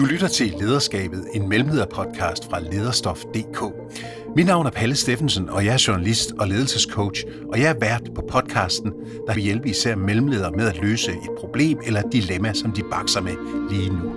lytter til Lederskabet, en mellemlederpodcast fra Lederstof.dk. Mit navn er Palle Steffensen, og jeg er journalist og ledelsescoach, og jeg er vært på podcasten, der vil hjælpe især mellemledere med at løse et problem eller et dilemma, som de bakser med lige nu.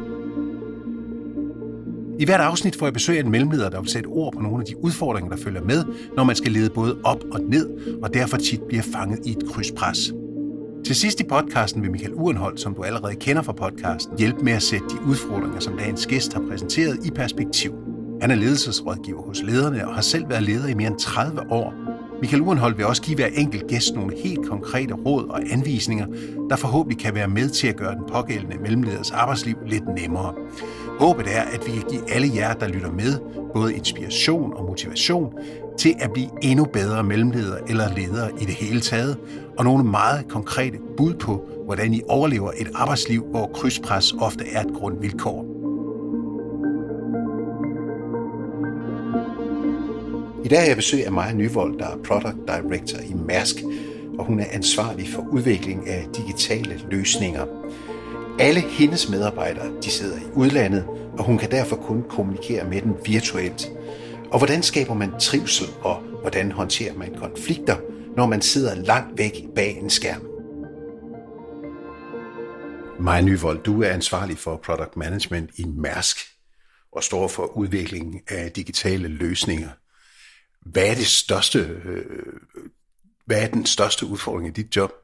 I hvert afsnit får jeg besøg af en mellemleder, der vil sætte ord på nogle af de udfordringer, der følger med, når man skal lede både op og ned, og derfor tit bliver fanget i et krydspres. Til sidst i podcasten vil Michael Urenholdt, som du allerede kender fra podcasten, hjælpe med at sætte de udfordringer, som dagens gæst har præsenteret, i perspektiv. Han er ledelsesrådgiver hos lederne og har selv været leder i mere end 30 år. Michael Urenholdt vil også give hver enkelt gæst nogle helt konkrete råd og anvisninger, der forhåbentlig kan være med til at gøre den pågældende mellemleders arbejdsliv lidt nemmere. Håbet er, at vi kan give alle jer, der lytter med, både inspiration og motivation til at blive endnu bedre mellemledere eller ledere i det hele taget, og nogle meget konkrete bud på, hvordan I overlever et arbejdsliv, hvor krydspres ofte er et grundvilkår. I dag er jeg besøg af Maja Nyvold, der er Product Director i Mærsk, og hun er ansvarlig for udvikling af digitale løsninger. Alle hendes medarbejdere, de sidder i udlandet, og hun kan derfor kun kommunikere med dem virtuelt. Og hvordan skaber man trivsel, og hvordan håndterer man konflikter, når man sidder langt væk bag en skærm? Maja Nyvold, du er ansvarlig for Product Management i Mærsk, og står for udviklingen af digitale løsninger. Hvad er den største udfordring i dit job?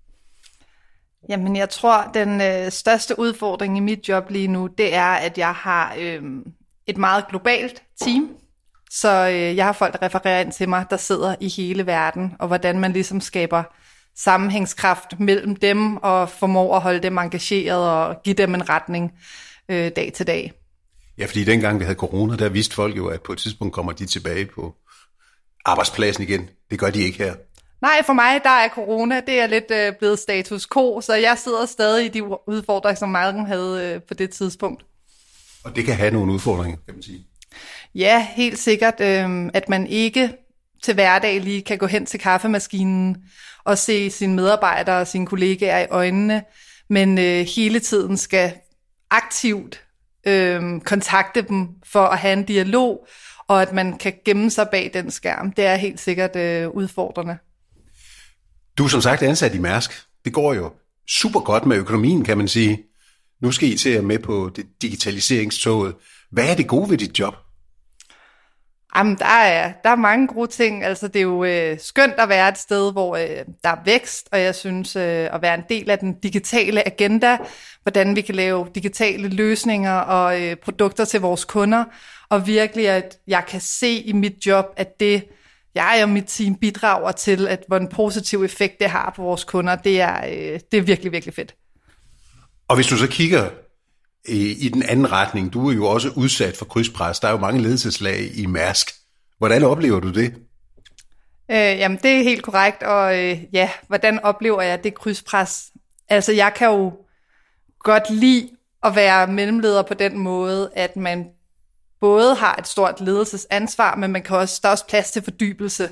Jamen, jeg tror, den største udfordring i mit job lige nu, det er, at jeg har et meget globalt team. Så jeg har folk, der refererer ind til mig, der sidder i hele verden, og hvordan man ligesom skaber sammenhængskraft mellem dem, og formår at holde dem engageret og give dem en retning dag til dag. Ja, fordi dengang vi havde corona, der vidste folk jo, at på et tidspunkt kommer de tilbage på arbejdspladsen igen. Det gør de ikke her. Nej, for mig der er corona, det er lidt blevet status quo, så jeg sidder stadig i de udfordringer, som mange havde på det tidspunkt. Og det kan have nogle udfordringer, kan man sige. Ja, helt sikkert, at man ikke til hverdag lige kan gå hen til kaffemaskinen og se sine medarbejdere og sine kollegaer i øjnene, men hele tiden skal aktivt kontakte dem for at have en dialog, og at man kan gemme sig bag den skærm. Det er helt sikkert udfordrende. Du er som sagt ansat i Mærsk. Det går jo super godt med økonomien, kan man sige. Nu skal I se med på det digitaliseringstoget. Hvad er det gode ved dit job? Jamen, der er mange gode ting. Altså, det er jo skønt at være et sted, hvor der er vækst, og jeg synes at være en del af den digitale agenda, hvordan vi kan lave digitale løsninger og produkter til vores kunder, og virkelig, at jeg kan se i mit job, at det, jeg og mit team bidrager til, at hvor en positiv effekt det har på vores kunder, det er virkelig, virkelig fedt. Og hvis du så kigger i den anden retning, du er jo også udsat for krydspres. Der er jo mange ledelseslag i Mærsk. Hvordan oplever du det? Jamen, det er helt korrekt, og hvordan oplever jeg det krydspres? Altså, jeg kan jo godt lide at være mellemleder på den måde, at man både har et stort ledelsesansvar, men man kan også, der er også plads til fordybelse.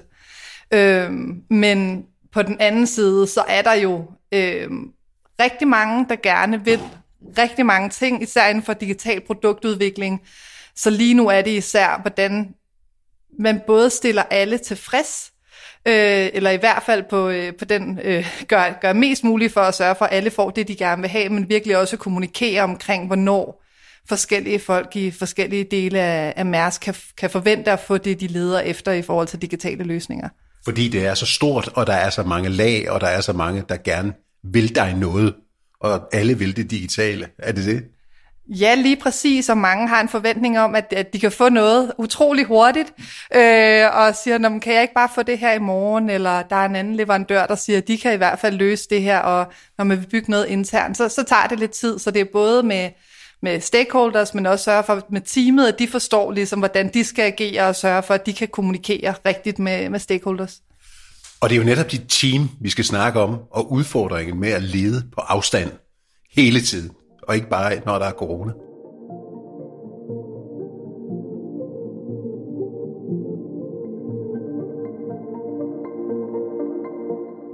Men på den anden side, så er der jo rigtig mange, der gerne vil rigtig mange ting, især inden for digital produktudvikling. Så lige nu er det især, hvordan man både stiller alle tilfreds, eller i hvert fald på den gør mest muligt for at sørge for, at alle får det, de gerne vil have, men virkelig også kommunikere omkring, hvornår forskellige folk i forskellige dele af Mærsk kan forvente at få det, de leder efter i forhold til digitale løsninger. Fordi det er så stort, og der er så mange lag, og der er så mange, der gerne vil dig noget, og alle vil det digitale. Er det det? Ja, lige præcis, og mange har en forventning om, at de kan få noget utrolig hurtigt, og siger, kan jeg ikke bare få det her i morgen, eller der er en anden leverandør, der siger, at de kan i hvert fald løse det her, og når man vil bygge noget internt, så tager det lidt tid, så det er både med stakeholders, men også sørge for med teamet, at de forstår ligesom, hvordan de skal agere, og sørge for, at de kan kommunikere rigtigt med stakeholders. Og det er jo netop dit team, vi skal snakke om, og udfordringen med at lede på afstand hele tiden, og ikke bare når der er corona.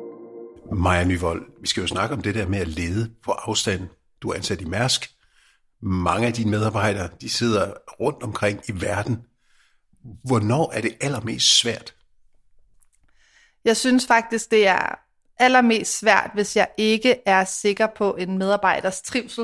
Maja Nyvold, vi skal jo snakke om det der med at lede på afstand. Du er ansat i Mærsk, mange af dine medarbejdere, de sidder rundt omkring i verden. Hvornår er det allermest svært? Jeg synes faktisk, det er allermest svært, hvis jeg ikke er sikker på en medarbejders trivsel.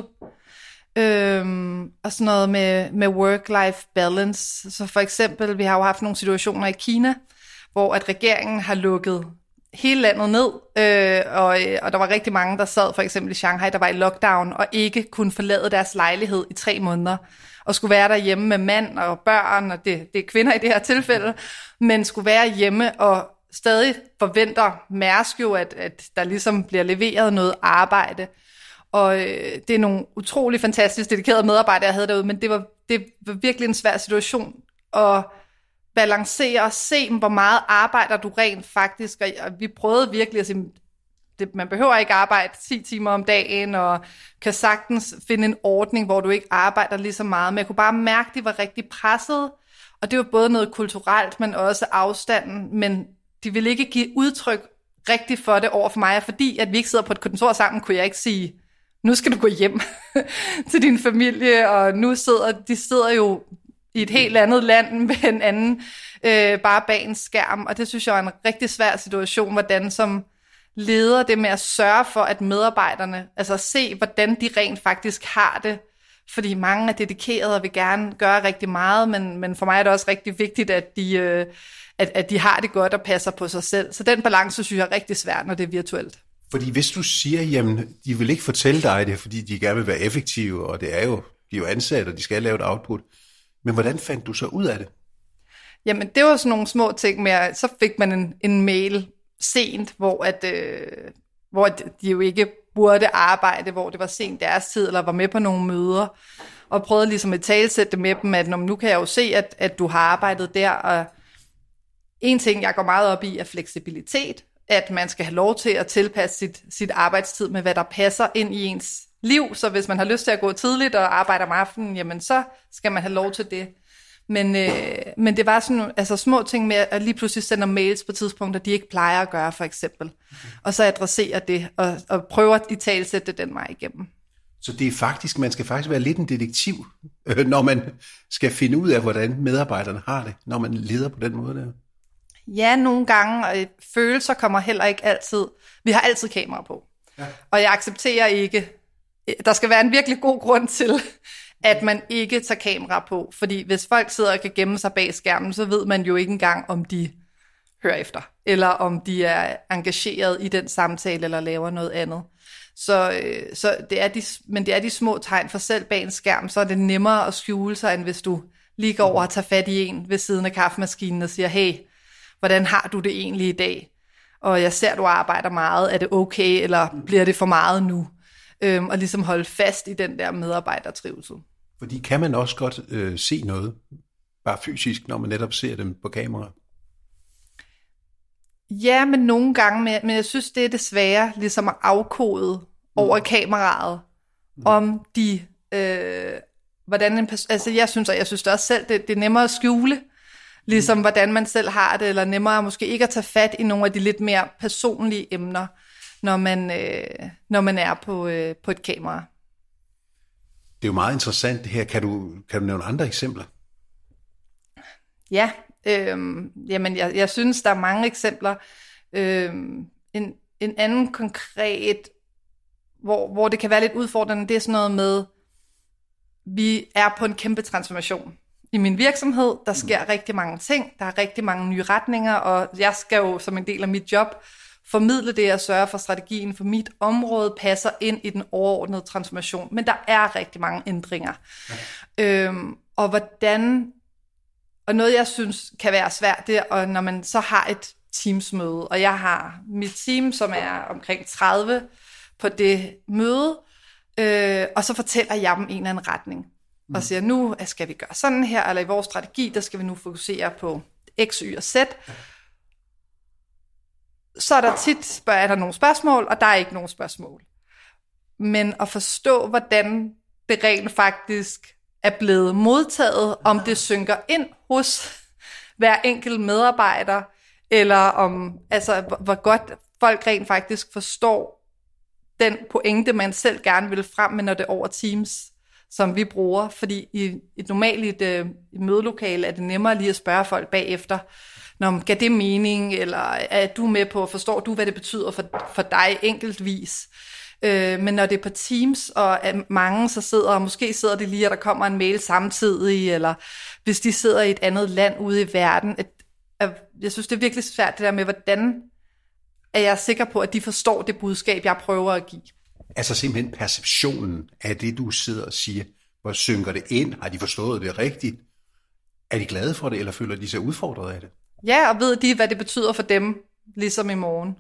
Og sådan noget med work-life balance. Så for eksempel, vi har jo haft nogle situationer i Kina, hvor at regeringen har lukket hele landet ned, og der var rigtig mange, der sad for eksempel i Shanghai, der var i lockdown, og ikke kunne forlade deres lejlighed i 3 måneder, og skulle være derhjemme med mand og børn, og det er kvinder i det her tilfælde, men skulle være hjemme, og stadig forventer Mærsk jo, at der ligesom bliver leveret noget arbejde. Og det er nogle utrolig fantastisk dedikerede medarbejdere, jeg havde derude, men det var virkelig en svær situation at balancere og se, hvor meget arbejder du rent faktisk. Og vi prøvede virkelig at sige, man behøver ikke arbejde 10 timer om dagen, og kan sagtens finde en ordning, hvor du ikke arbejder lige så meget. Men jeg kunne bare mærke, at de var rigtig presset, og det var både noget kulturelt, men også afstanden. Men de ville ikke give udtryk rigtigt for det over for mig, og fordi at vi ikke sidder på et kontor sammen, kunne jeg ikke sige, nu skal du gå hjem til din familie, og nu sidder jo i et helt andet land med en anden, bare bag en skærm, og det synes jeg er en rigtig svær situation, hvordan som leder det med at sørge for, at medarbejderne, altså se, hvordan de rent faktisk har det, fordi mange er dedikerede og vil gerne gøre rigtig meget, men for mig er det også rigtig vigtigt, at de har det godt og passer på sig selv. Så den balance synes jeg er rigtig svært, når det er virtuelt. Fordi hvis du siger, jamen, de vil ikke fortælle dig det, fordi de gerne vil være effektive, og de er jo ansat, og de skal lave et output. Men hvordan fandt du så ud af det? Jamen, det var sådan nogle små ting med, så fik man en mail sent, hvor de jo ikke burde arbejde, hvor det var sent deres tid, eller var med på nogle møder, og prøvede ligesom at talsætte det med dem, at nu kan jeg jo se, at du har arbejdet der, og en ting, jeg går meget op i, er fleksibilitet, at man skal have lov til at tilpasse sit arbejdstid med, hvad der passer ind i ens liv. Så hvis man har lyst til at gå tidligt og arbejde om aftenen, jamen så skal man have lov til det. Men det var sådan altså små ting med at lige pludselig sende mails på tidspunkter, de ikke plejer at gøre, for eksempel. Og så adressere det og prøve at italesætte den vej igennem. Så det er faktisk, man skal faktisk være lidt en detektiv, når man skal finde ud af, hvordan medarbejderne har det, når man leder på den måde der. Ja, nogle gange, og følelser kommer heller ikke altid. Vi har altid kamera på. Ja. Og jeg accepterer ikke, der skal være en virkelig god grund til, at man ikke tager kamera på. Fordi hvis folk sidder og kan gemme sig bag skærmen, så ved man jo ikke engang, om de hører efter. Eller om de er engageret i den samtale, eller laver noget andet. Så det er de små tegn, for selv bag en skærm, så er det nemmere at skjule sig, end hvis du lige går over og tager fat i en ved siden af kaffemaskinen og siger, hey, hvordan har du det egentlig i dag? Og jeg ser, du arbejder meget. Er det okay, eller bliver det for meget nu? Og ligesom holde fast i den der medarbejdertrivsel. Fordi kan man også godt se noget, bare fysisk, når man netop ser dem på kamera? Ja, men nogle gange, men jeg synes, det er det svære, ligesom at afkode over kameraet, om de, hvordan en person, altså jeg synes det også selv, det er nemmere at skjule, ligesom hvordan man selv har det, eller nemmere måske ikke at tage fat i nogle af de lidt mere personlige emner, når man er på et kamera. Det er jo meget interessant det her. Kan du nævne andre eksempler? Ja, jamen jeg synes, der er mange eksempler. En anden konkret, hvor det kan være lidt udfordrende, det er sådan noget med, vi er på en kæmpe transformation. I min virksomhed, der sker rigtig mange ting, der er rigtig mange nye retninger, og jeg skal jo som en del af mit job formidle det og sørge for, strategien for mit område passer ind i den overordnede transformation. Men der er rigtig mange ændringer. Ja. Og noget, jeg synes kan være svært, det er, når man så har et teamsmøde, og jeg har mit team, som er omkring 30 på det møde, og så fortæller jeg dem en eller anden retning. Og siger, nu skal vi gøre sådan her, eller i vores strategi, der skal vi nu fokusere på X, Y og Z. Så er der tit, er der nogle spørgsmål, og der er ikke nogen spørgsmål. Men at forstå, hvordan det rent faktisk er blevet modtaget, om det synker ind hos hver enkelt medarbejder, eller om, altså, hvor godt folk rent faktisk forstår den pointe, man selv gerne vil frem med, når det er over Teams. som vi bruger, fordi i et normalt mødelokale er det nemmere lige at spørge folk bagefter, gav det mening, eller er du med på, forstår du, hvad det betyder for dig enkeltvis? Men når det er på Teams, og mange så sidder, og måske sidder de lige, og der kommer en mail samtidig, eller hvis de sidder i et andet land ude i verden, jeg synes, det er virkelig svært det der med, hvordan er jeg sikker på, at de forstår det budskab, jeg prøver at give. Altså simpelthen perceptionen af det, du sidder og siger. Hvor synker det ind? Har de forstået det rigtigt? Er de glade for det, eller føler de sig udfordret af det? Ja, og ved de, hvad det betyder for dem, ligesom i morgen.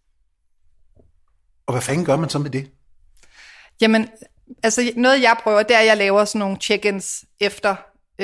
Og hvad fanden gør man så med det? Jamen, altså noget jeg prøver, det er, at jeg laver sådan nogle check-ins efter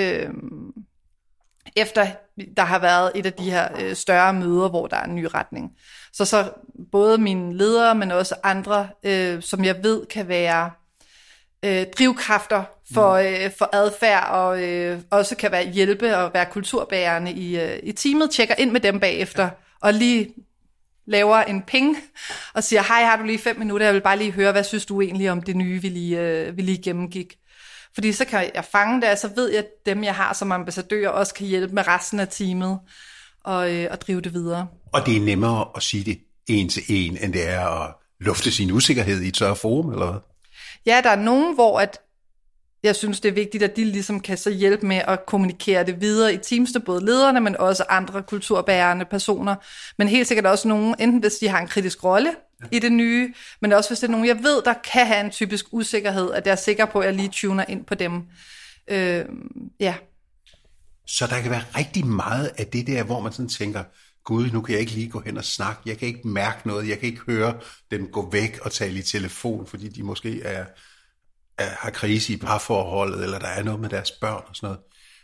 der har været et af de her større møder, hvor der er en ny retning. Så både mine ledere, men også andre, som jeg ved kan være drivkræfter for adfærd, og også kan være hjælpe og være kulturbærende i teamet, tjekker ind med dem bagefter, og lige laver en ping, og siger, hej, har du lige 5 minutter, jeg vil bare lige høre, hvad synes du egentlig om det nye, vi lige gennemgik. Fordi så kan jeg fange det, og så ved jeg, at dem, jeg har som ambassadør, også kan hjælpe med resten af teamet og drive det videre. Og det er nemmere at sige det en til en, end det er at lufte sin usikkerhed i et større forum, eller hvad? Ja, der er nogen, hvor jeg synes, det er vigtigt, at de ligesom kan så hjælpe med at kommunikere det videre i teamsene, både lederne, men også andre kulturbærende personer. Men helt sikkert også nogen, enten hvis de har en kritisk rolle i det nye, men også hvis det er nogen, jeg ved, der kan have en typisk usikkerhed, at jeg er sikker på, at jeg lige tuner ind på dem. Ja. Så der kan være rigtig meget af det der, hvor man sådan tænker, gud, nu kan jeg ikke lige gå hen og snakke, jeg kan ikke mærke noget, jeg kan ikke høre dem gå væk og tale i telefon, fordi de måske har krise i parforholdet, eller der er noget med deres børn og sådan noget.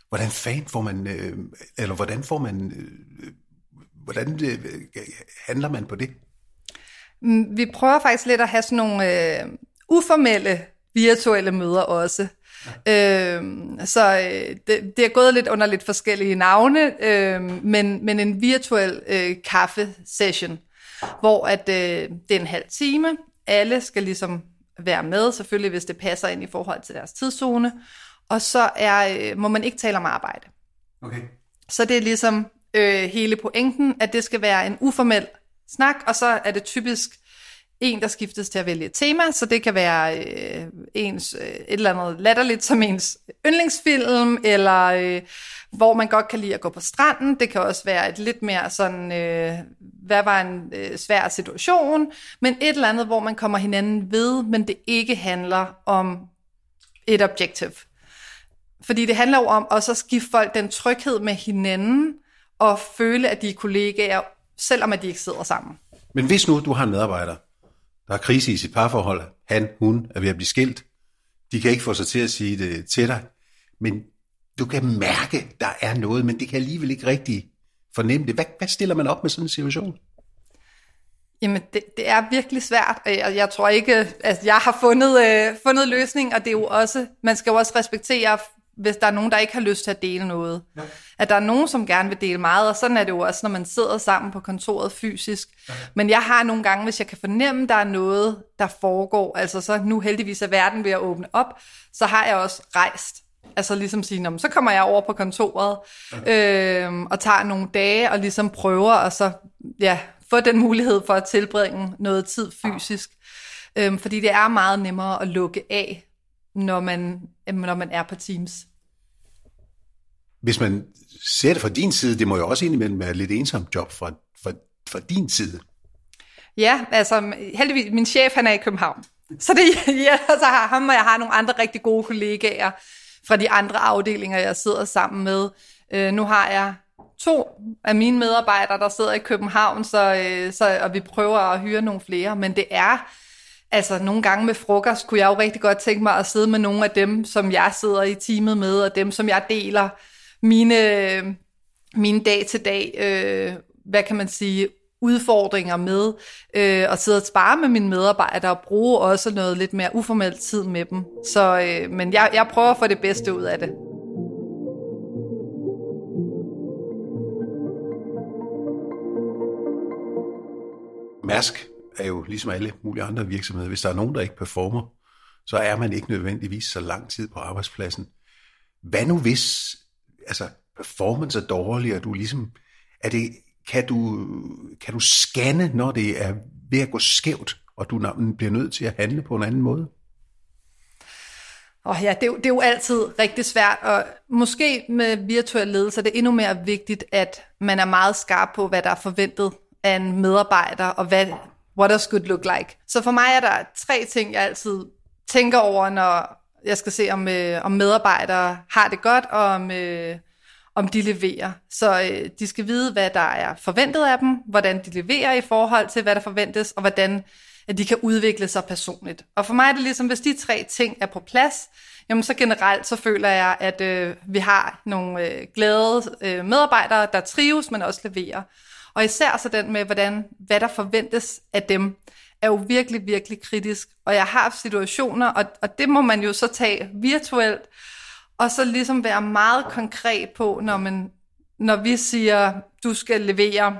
Hvordan handler man på det? Vi prøver faktisk lidt at have sådan nogle uformelle virtuelle møder også. Ja. Det er gået lidt under lidt forskellige navne, men en virtuel kaffesession, hvor at, det er en halv time. Alle skal ligesom være med, selvfølgelig hvis det passer ind i forhold til deres tidszone. Og så må man ikke tale om arbejde. Okay. Så det er ligesom hele pointen, at det skal være en uformel snak, og så er det typisk en, der skiftes til at vælge et tema, så det kan være et eller andet latterligt som ens yndlingsfilm, eller hvor man godt kan lide at gå på stranden. Det kan også være et lidt mere sådan, hvad var en svær situation, men et eller andet, hvor man kommer hinanden ved, men det ikke handler om et objective. Fordi det handler jo om også at give folk den tryghed med hinanden, og føle, at de er kollegaer, selvom at de ikke sidder sammen. Men hvis nu du har en medarbejder, der har krise i sit parforhold, hun er ved at blive skilt, de kan ikke få sig til at sige det til dig, men du kan mærke, der er noget, men det kan alligevel ikke rigtig fornemme det. Hvad stiller man op med sådan en situation? Jamen, det er virkelig svært, og jeg tror ikke, at jeg har fundet løsning, og det er jo også, man skal jo også respektere, hvis der er nogen, der ikke har lyst til at dele noget. Ja. At der er nogen, som gerne vil dele meget, og sådan er det jo også, når man sidder sammen på kontoret fysisk. Ja. Men jeg har nogle gange, hvis jeg kan fornemme, der er noget, der foregår, altså så nu heldigvis er verden ved at åbne op, så har jeg også rejst. Altså ligesom sige, så kommer jeg over på kontoret, og tager nogle dage, og ligesom prøver at så, få den mulighed for at tilbringe noget tid fysisk. Fordi det er meget nemmere at lukke af, når man er på Teams. Hvis man ser det fra din side, det må jo også indimellem være et lidt ensomt job fra din side. Ja, altså heldigvis, min chef han er i København. Så så har ham, og jeg har nogle andre rigtig gode kollegaer fra de andre afdelinger, jeg sidder sammen med. Nu har jeg 2 af mine medarbejdere, der sidder i København, og vi prøver at hyre nogle flere, men det er altså nogle gange med frokost, kunne jeg jo rigtig godt tænke mig at sidde med nogle af dem, som jeg sidder i teamet med, og dem, som jeg deler mine dag-til-dag, hvad kan man sige, udfordringer med, og sidde og spare med mine medarbejdere, og bruge også noget lidt mere uformel tid med dem. Men jeg prøver at få det bedste ud af det. Mærsk er jo ligesom alle mulige andre virksomheder. Hvis der er nogen, der ikke performer, så er man ikke nødvendigvis så lang tid på arbejdspladsen. Hvad nu hvis performance er dårlig, og du ligesom, kan du scanne, når det er ved at gå skævt, og du bliver nødt til at handle på en anden måde? Ja, det er jo altid rigtig svært, og måske med virtuel ledelse er det endnu mere vigtigt, at man er meget skarp på, hvad der er forventet af en medarbejder, og what does good look like. Så for mig er der 3 ting, jeg altid tænker over, når jeg skal se, om medarbejdere har det godt, og om de leverer. Så de skal vide, hvad der er forventet af dem, hvordan de leverer i forhold til, hvad der forventes, og hvordan at de kan udvikle sig personligt. Og for mig er det ligesom, hvis de 3 ting er på plads, jamen så generelt så føler jeg, at vi har nogle glade medarbejdere, der trives, men også leverer. Og især så den med, hvad der forventes af dem, er jo virkelig, virkelig kritisk. Og jeg har haft situationer, og det må man jo så tage virtuelt, og så ligesom være meget konkret på, når vi siger, du skal levere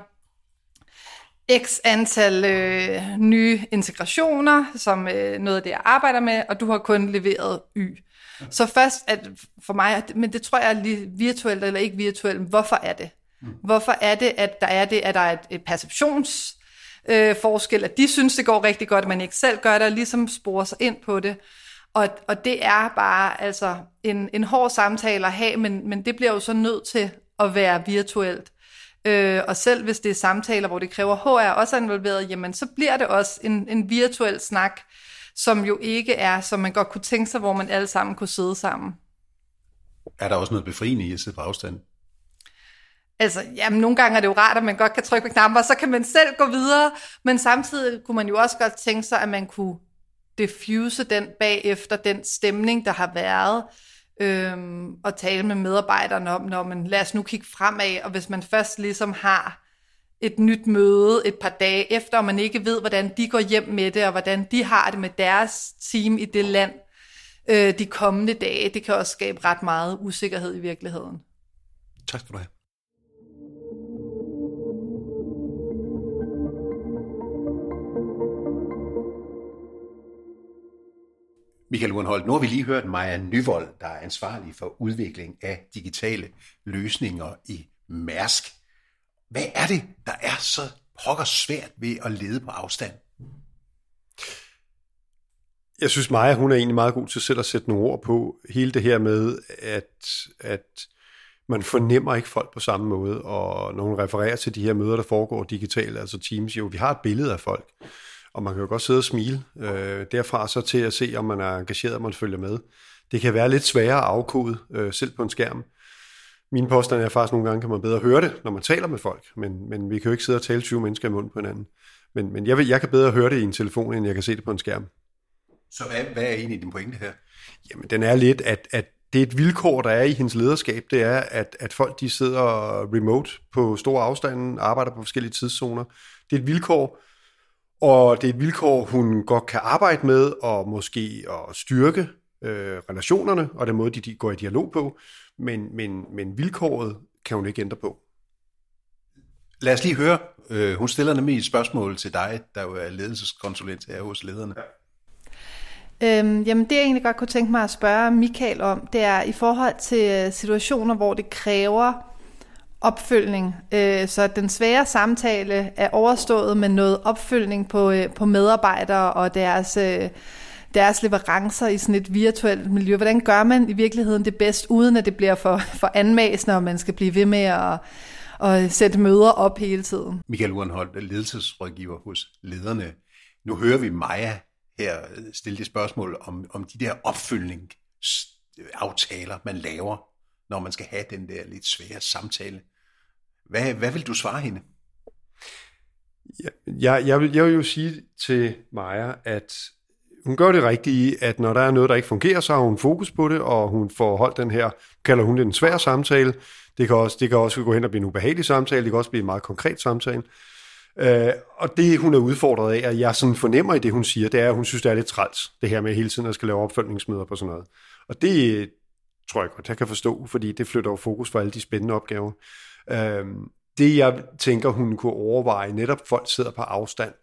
x antal nye integrationer, som noget af det, jeg arbejder med, og du har kun leveret y. Så først, at for mig, men det tror jeg er lige virtuelt eller ikke virtuelt, hvorfor er det? Hvorfor er det, at der er et perceptionsforskel, at de synes, det går rigtig godt, at man ikke selv gør det, og ligesom sporer sig ind på det. Og det er bare altså en hård samtale at have, men det bliver jo så nødt til at være virtuelt. Og selv hvis det er samtaler, hvor det kræver HR også er involveret, jamen så bliver det også en virtuel snak, som jo ikke er, som man godt kunne tænke sig, hvor man alle sammen kunne sidde sammen. Er der også noget befriende i at sidde på afstand? Altså, jamen nogle gange er det jo rart, at man godt kan trykke på knapper, og så kan man selv gå videre, men samtidig kunne man jo også godt tænke sig, at man kunne diffuse den bagefter, den stemning, der har været, og tale med medarbejderne om, lad os nu kigge fremad, og hvis man først ligesom har et nyt møde et par dage efter, og man ikke ved, hvordan de går hjem med det, og hvordan de har det med deres team i det land de kommende dage, det kan også skabe ret meget usikkerhed i virkeligheden. Tak skal du have. Michael Urenholt, nu har vi lige hørt Maja Nyvold, der er ansvarlig for udvikling af digitale løsninger i Mærsk. Hvad er det, der er så pokker svært ved at lede på afstand? Jeg synes, Maja, hun er egentlig meget god til selv at sætte nogle ord på hele det her med, at man fornemmer ikke folk på samme måde, og når hun refererer til de her møder, der foregår digitalt, altså Teams, jo, vi har et billede af folk, og man kan jo godt sidde og smile derfra så til at se, om man er engageret, og man følger med. Det kan være lidt sværere at afkode, selv på en skærm. Mine påstande er faktisk, nogle gange kan man bedre høre det, når man taler med folk, men vi kan jo ikke sidde og tale 20 mennesker i munden på hinanden. Men jeg kan bedre høre det i en telefon, end jeg kan se det på en skærm. Så hvad er egentlig din pointe her? Jamen, den er lidt, at det er et vilkår, der er i hendes lederskab, det er, at folk de sidder remote på store afstande, arbejder på forskellige tidszoner. Det er et vilkår, og det er et vilkår, hun godt kan arbejde med, og måske at styrke relationerne, og den måde, de går i dialog på, men vilkåret kan hun ikke ændre på. Lad os lige høre. Hun stiller nemlig et spørgsmål til dig, der jo er ledelseskonsulent her hos lederne. Jamen det jeg egentlig godt kunne tænke mig at spørge Michael om, det er i forhold til situationer, hvor det kræver opfølgning, så den svære samtale er overstået med noget opfølgning på medarbejdere og deres leverancer i sådan et virtuelt miljø. Hvordan gør man i virkeligheden det bedst, uden at det bliver for anmæsende, og man skal blive ved med at sætte møder op hele tiden? Michael Urenholt, ledelsesrådgiver hos lederne. Nu hører vi Maja her stille det spørgsmål om de der opfølgningsaftaler, man laver, når man skal have den der lidt svære samtale. Hvad vil du svare hende? Jeg vil jo sige til Maja, at hun gør det rigtige, at når der er noget, der ikke fungerer, så har hun fokus på det, og hun får holdt den her, kalder hun det en svær samtale. Det kan også gå hen og blive en ubehagelig samtale, det kan også blive en meget konkret samtale. Og det, hun er udfordret af, at jeg sådan fornemmer i det, hun siger, det er, at hun synes, det er lidt træls, det her med hele tiden at skal lave opfølgningsmøder på sådan noget. Og det tror jeg godt, jeg kan forstå, fordi det flytter jo fokus for alle de spændende opgaver. Det, jeg tænker, hun kunne overveje, netop folk sidder på afstand,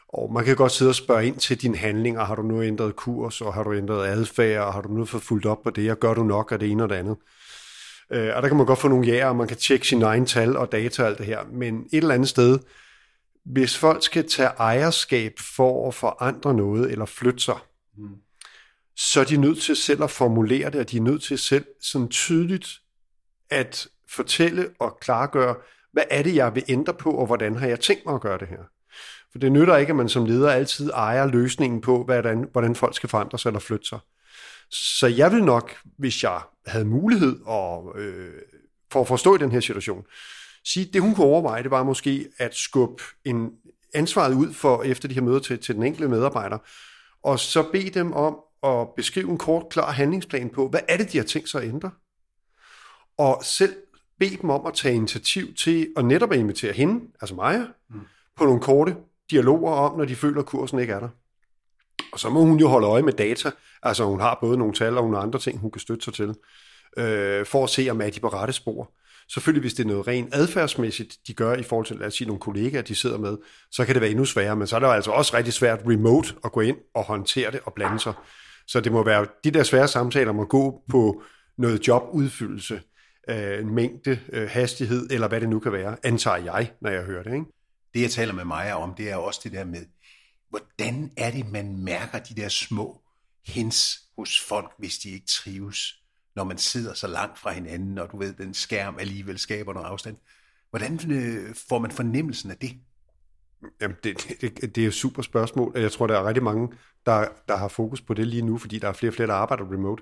Og man kan godt sidde og spørge ind til dine handlinger. Har du nu ændret kurs, og har du ændret adfærd, og har du nu fået fulgt op på det, og gør du nok af det ene og det andet? Og der kan man godt få nogle jæger, og man kan tjekke sine egne tal og data og alt det her. Men et eller andet sted, hvis folk skal tage ejerskab for at forandre noget eller flytte sig, så er de nødt til selv at formulere det, og de er nødt til selv sådan tydeligt at fortælle og klargøre, hvad er det, jeg vil ændre på, og hvordan har jeg tænkt mig at gøre det her? For det nytter ikke, at man som leder altid ejer løsningen på, hvordan folk skal forandre sig eller flytte sig. Så jeg vil nok, hvis jeg havde mulighed for at forstå i den her situation, sige, det hun kunne overveje, det var måske at skubbe ansvaret ud for efter de her møder til den enkelte medarbejder, og så bede dem om at beskrive en kort, klar handlingsplan på, hvad er det, de har tænkt sig at ændre? Og selv bede dem om at tage initiativ til at netop invitere hende, altså Maja, på nogle korte dialoger om, når de føler, at kursen ikke er der. Og så må hun jo holde øje med data, altså hun har både nogle tal og nogle andre ting, hun kan støtte sig til, for at se, om de er på rette spor. Selvfølgelig, hvis det er noget rent adfærdsmæssigt, de gør i forhold til, lad os sige, nogle kollegaer, de sidder med, så kan det være endnu sværere, men så er det jo altså også rigtig svært remote at gå ind og håndtere det og blande sig. Så det må være, de der svære samtaler må gå på noget jobudfyldelse, en mængde, hastighed, eller hvad det nu kan være, antager jeg, når jeg hører det, ikke? Det, jeg taler med Maja om, det er også det der med, hvordan er det, man mærker de der små hints hos folk, hvis de ikke trives, når man sidder så langt fra hinanden, og du ved, den skærm alligevel skaber noget afstand. Hvordan får man fornemmelsen af det? Jamen, det er et super spørgsmål, og jeg tror, der er rigtig mange, der har fokus på det lige nu, fordi der er flere og flere, der arbejder remote.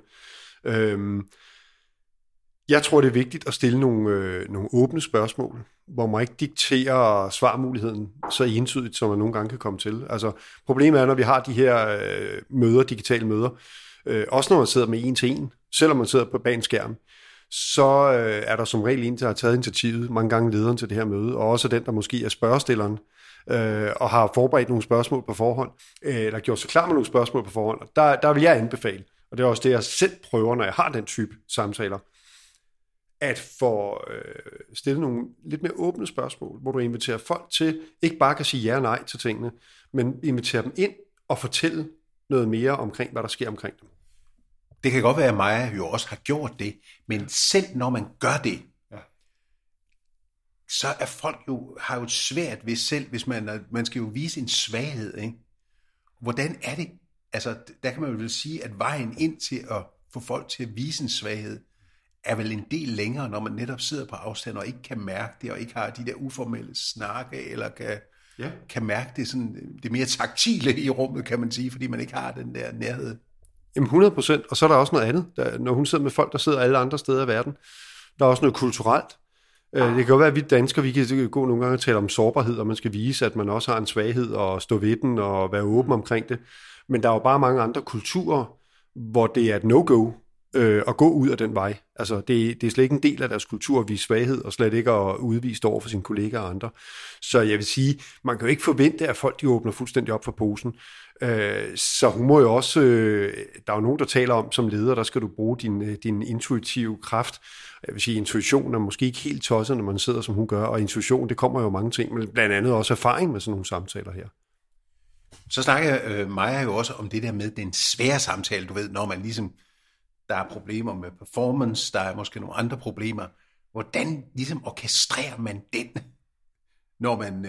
Jeg tror, det er vigtigt at stille nogle åbne spørgsmål, hvor man ikke dikterer svarmuligheden så entydigt, som man nogle gange kan komme til. Altså, problemet er, når vi har de her møder, digitale møder, også når man sidder med en til en, selvom man sidder på bag en skærm, så er der som regel en, der har taget initiativet, mange gange lederen til det her møde, og også den, der måske er spørgestilleren, og har forberedt nogle spørgsmål på forhånd, eller gjort sig klar med nogle spørgsmål på forhånd. Og der vil jeg anbefale, og det er også det, jeg selv prøver, når jeg har den type samtaler, at få stillet nogle lidt mere åbne spørgsmål, hvor du inviterer folk til, ikke bare kan sige ja og nej til tingene, men inviterer dem ind og fortælle noget mere omkring, hvad der sker omkring dem. Det kan godt være, at Maja jo også har gjort det, men selv når man gør det, så er folk jo, har jo svært ved selv, hvis man skal jo vise en svaghed, ikke? Hvordan er det? Altså, der kan man jo vel sige, at vejen ind til at få folk til at vise en svaghed, er vel en del længere, når man netop sidder på afstand og ikke kan mærke det, og ikke har de der uformelle snakke, eller kan mærke det, sådan, det mere taktile i rummet, kan man sige, fordi man ikke har den der nærhed. Jamen 100%, og så er der også noget andet. Når hun sidder med folk, der sidder alle andre steder i verden, der er også noget kulturelt. Det kan godt være, at vi danskere, vi kan gå nogle gange og tale om sårbarhed, og man skal vise, at man også har en svaghed, og stå ved den, og være åben omkring det. Men der er jo bare mange andre kulturer, hvor det er et no-go, at gå ud af den vej. Altså, det er slet ikke en del af deres kultur at vise svaghed, og slet ikke at udvise over for sine kollegaer og andre. Så jeg vil sige, man kan jo ikke forvente, at folk de åbner fuldstændig op for posen. Så hun må jo også, der er jo nogen, der taler om, som leder, der skal du bruge din intuitive kraft. Jeg vil sige, intuition er måske ikke helt tosset, når man sidder, som hun gør, og intuition, det kommer jo mange ting, men blandt andet også erfaring med sådan nogle samtaler her. Så snakker Maja jo også om det der med den svære samtale, du ved, når man ligesom, der er problemer med performance, der er måske nogle andre problemer. Hvordan ligesom orkestrerer man den, når man,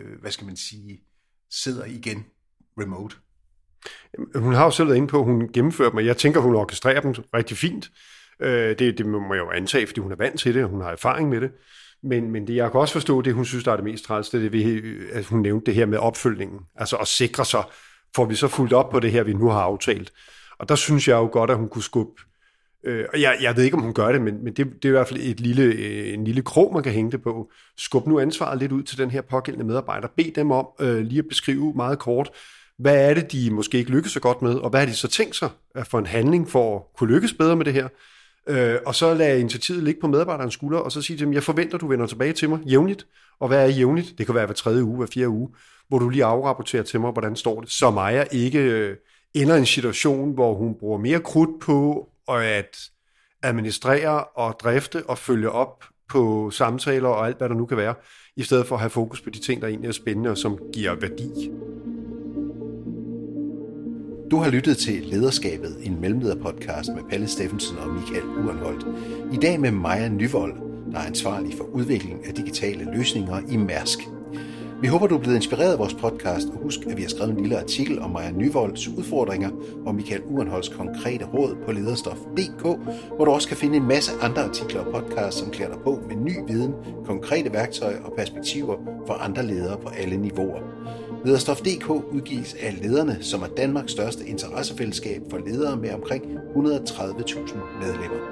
sidder igen remote? Hun har jo selv været inde på, at hun gennemfører dem, og jeg tænker, hun orkestrerer dem rigtig fint. Det må jeg jo antage, fordi hun er vant til det, og hun har erfaring med det. Men det, jeg kan også forstå, det hun synes, der er det mest træls, det er, at hun nævnte det her med opfølgningen. Altså at sikre sig, får vi så fulgt op på det her, vi nu har aftalt. Og der synes jeg jo godt, at hun kunne skubbe. Og jeg ved ikke, om hun gør det, men det er i hvert fald en lille krog, man kan hænge det på. Skub nu ansvaret lidt ud til den her pågældende medarbejder. Bed dem om lige at beskrive meget kort, hvad er det, de måske ikke lykkes så godt med, og hvad er de så tænkt sig for en handling for at kunne lykkes bedre med det her. Og så lader initiativet ligge på medarbejderens skuldre, og så siger til dem, jeg forventer, du vender tilbage til mig jævnligt. Og hvad er jævnligt? Det kan være hver 3. uge, hver 4. uge, hvor du lige afrapporterer til mig, hvordan står det. Så Maja ikke ender i en situation, hvor hun bruger mere krudt på at administrere og drifte og følge op på samtaler og alt, hvad der nu kan være, i stedet for at have fokus på de ting, der egentlig er spændende og som giver værdi. Du har lyttet til Lederskabet, en mellemlederpodcast med Palle Steffensen og Michael Urenholdt. I dag med Maja Nyvold, der er ansvarlig for udvikling af digitale løsninger i Mærsk. Vi håber, du er blevet inspireret af vores podcast, og husk, at vi har skrevet en lille artikel om Maja Nyvolds udfordringer og Michael Urenholds konkrete råd på lederstof.dk, hvor du også kan finde en masse andre artikler og podcasts, som klæder dig på med ny viden, konkrete værktøjer og perspektiver for andre ledere på alle niveauer. Lederstof.dk udgives af Lederne, som er Danmarks største interessefællesskab for ledere med omkring 130.000 medlemmer.